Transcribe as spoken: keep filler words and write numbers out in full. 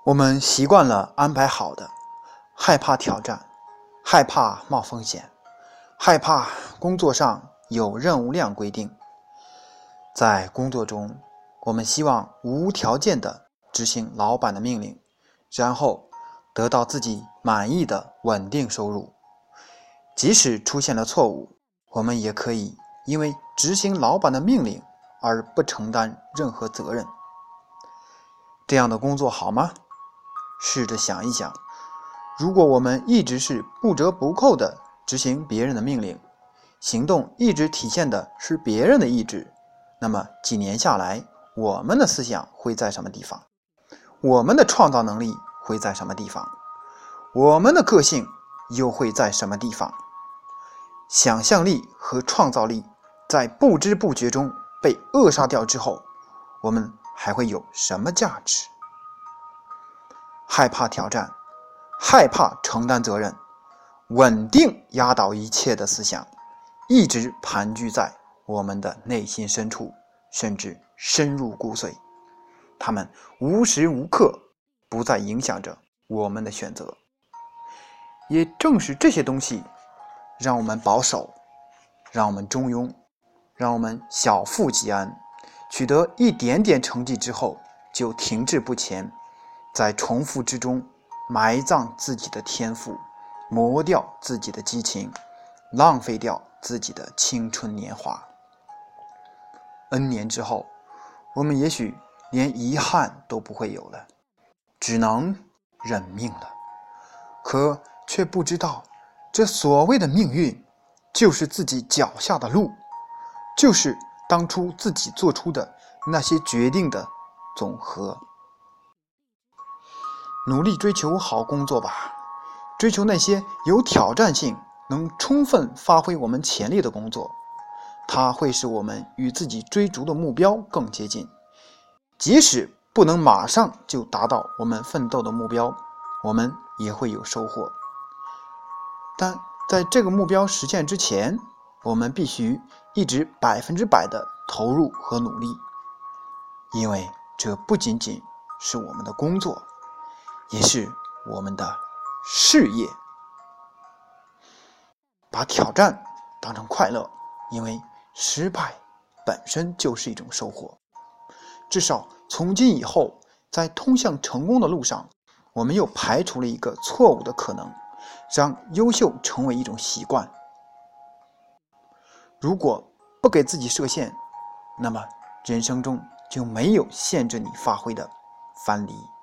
我们习惯了安排好的，害怕挑战，害怕冒风险，害怕工作上有任务量规定。在工作中，我们希望无条件地执行老板的命令，然后得到自己满意的稳定收入。即使出现了错误，我们也可以因为执行老板的命令而不承担任何责任。这样的工作好吗？试着想一想，如果我们一直是不折不扣地执行别人的命令，行动一直体现的是别人的意志，那么几年下来，我们的思想会在什么地方？我们的创造能力会在什么地方？我们的个性又会在什么地方？想象力和创造力在不知不觉中被扼杀掉之后，我们还会有什么价值？害怕挑战，害怕承担责任，稳定压倒一切的思想，一直盘踞在我们的内心深处，甚至深入骨髓。它们无时无刻不在影响着我们的选择。也正是这些东西，让我们保守，让我们中庸，让我们小富即安，取得一点点成绩之后就停滞不前，在重复之中埋葬自己的天赋，磨掉自己的激情，浪费掉自己的青春年华。N 年之后，我们也许连遗憾都不会有了，只能认命了。可却不知道，这所谓的命运，就是自己脚下的路，就是当初自己做出的那些决定的总和。努力追求好工作吧，追求那些有挑战性、能充分发挥我们潜力的工作，它会使我们与自己追逐的目标更接近。即使不能马上就达到我们奋斗的目标，我们也会有收获。但在这个目标实现之前，我们必须一直百分之百的投入和努力，因为这不仅仅是我们的工作，也是我们的事业。把挑战当成快乐，因为失败本身就是一种收获。至少从今以后，在通向成功的路上，我们又排除了一个错误的可能，让优秀成为一种习惯。如果不给自己设限，那么人生中就没有限制你发挥的藩篱。